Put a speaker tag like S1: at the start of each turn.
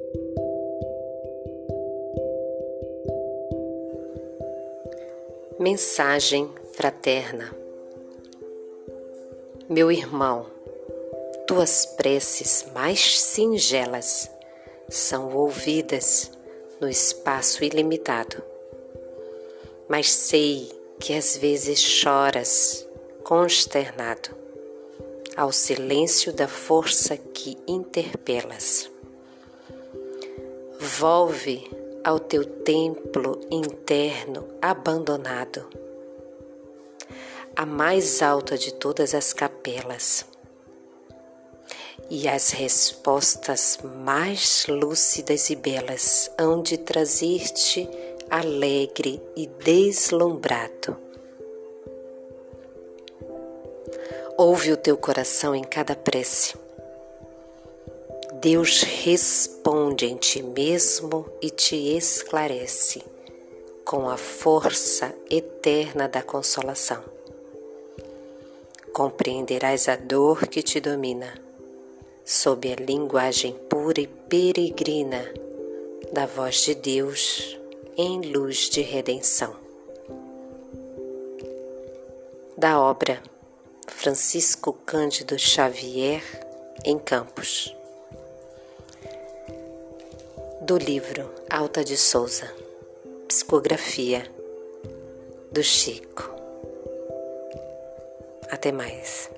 S1: Mensagem fraterna. Meu irmão, tuas preces mais singelas são ouvidas no espaço ilimitado, mas sei que às vezes choras consternado ao silêncio da força que interpelas. Volve ao teu templo interno abandonado, a mais alta de todas as capelas, e as respostas mais lúcidas e belas hão de trazer-te alegre e deslumbrado. Ouve o teu coração em cada prece. Deus responde em ti mesmo e te esclarece com a força eterna da consolação. Compreenderás a dor que te domina sob a linguagem pura e peregrina da voz de Deus em luz de redenção. Da obra Francisco Cândido Xavier, em Campos. Do livro Alta de Souza, psicografia do Chico. Até mais.